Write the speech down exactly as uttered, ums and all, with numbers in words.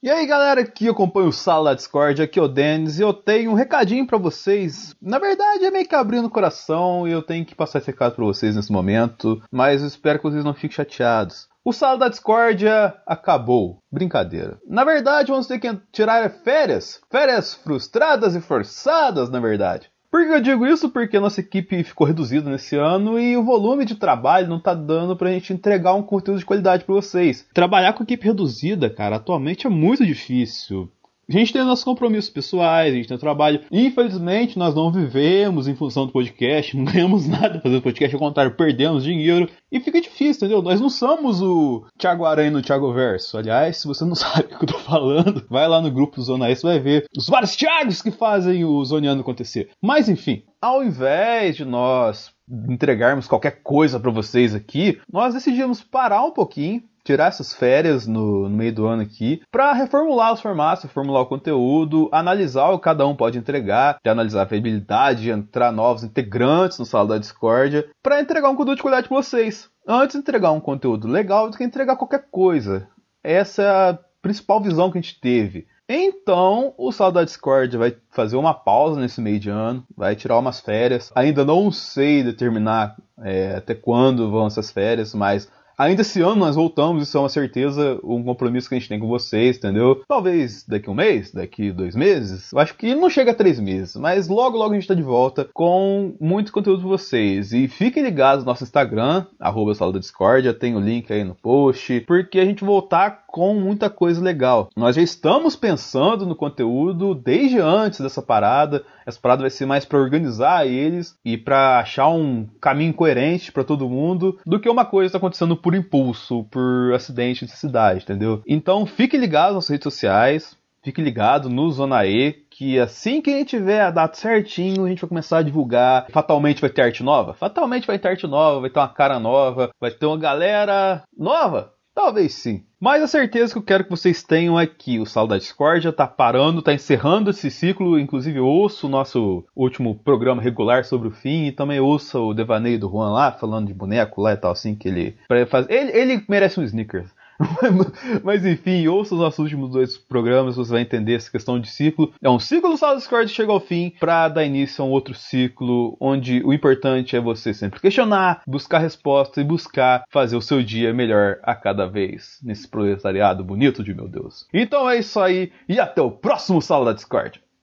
E aí galera que acompanha o Sala da Discord, aqui é o Denis e eu tenho um recadinho pra vocês. Na verdade é meio que abrindo o coração e eu tenho que passar esse recado pra vocês nesse momento, mas eu espero que vocês não fiquem chateados. O Sala da Discórdia acabou. Brincadeira. Na verdade vamos ter que tirar férias. Férias frustradas e forçadas, na verdade. Por que eu digo isso? Porque a nossa equipe ficou reduzida nesse ano e o volume de trabalho não tá dando pra gente entregar um conteúdo de qualidade pra vocês. Trabalhar com equipe reduzida, cara, atualmente é muito difícil. A gente tem nossos compromissos pessoais, a gente tem trabalho. Infelizmente, nós não vivemos em função do podcast, não ganhamos nada fazendo podcast, ao contrário, perdemos dinheiro. E fica difícil, entendeu? Nós não somos o Thiago Aranha no Thiago Verso. Aliás, se você não sabe o que eu tô falando, vai lá no grupo do Zona E, você vai ver os vários Thiagos que fazem o Zoneando acontecer. Mas enfim, ao invés de nós entregarmos qualquer coisa pra vocês aqui, nós decidimos parar um pouquinho, tirar essas férias no, no meio do ano aqui, para reformular os formatos, reformular o conteúdo, analisar o que cada um pode entregar, de analisar a viabilidade, de entrar novos integrantes no Sala da Discórdia, para entregar um conteúdo de qualidade para vocês. Antes de entregar um conteúdo legal do que entregar qualquer coisa. Essa é a principal visão que a gente teve. Então, o Sala da Discord vai fazer uma pausa nesse meio de ano, vai tirar umas férias. Ainda não sei determinar é, até quando vão essas férias, mas ainda esse ano nós voltamos, isso é uma certeza, um compromisso que a gente tem com vocês, entendeu? Talvez daqui um mês, daqui dois meses, eu acho que não chega a três meses, mas logo logo a gente tá de volta com muito conteúdo pra vocês. E fiquem ligados no nosso Instagram, arroba Sala da Discórdia, tem o link aí no post, porque a gente voltar com muita coisa legal. Nós já estamos pensando no conteúdo desde antes dessa parada. Essa parada vai ser mais para organizar eles e para achar um caminho coerente para todo mundo do que uma coisa que está acontecendo por impulso, por acidente de cidade, entendeu? Então fique ligado nas redes sociais, fique ligado no Zona E, que assim que a gente tiver a data certinho, a gente vai começar a divulgar. Fatalmente vai ter arte nova? Fatalmente vai ter arte nova, vai ter uma cara nova, vai ter uma galera nova? Talvez sim. Mas a certeza que eu quero que vocês tenham é que o Sala da Discórdia tá parando, tá encerrando esse ciclo. Inclusive eu ouço o nosso último programa regular sobre o fim e também ouço o devaneio do Juan lá, falando de boneco lá e tal, assim, que ele... Pra fazer, ele, ele merece um Snickers. Mas enfim, ouça os nossos últimos dois programas, você vai entender essa questão de ciclo. É um ciclo do Sala da Discord que chega ao fim para dar início a um outro ciclo, onde o importante é você sempre questionar, buscar resposta e buscar fazer o seu dia melhor a cada vez, nesse proletariado bonito de meu Deus. Então é isso aí, e até o próximo Sala da Discord.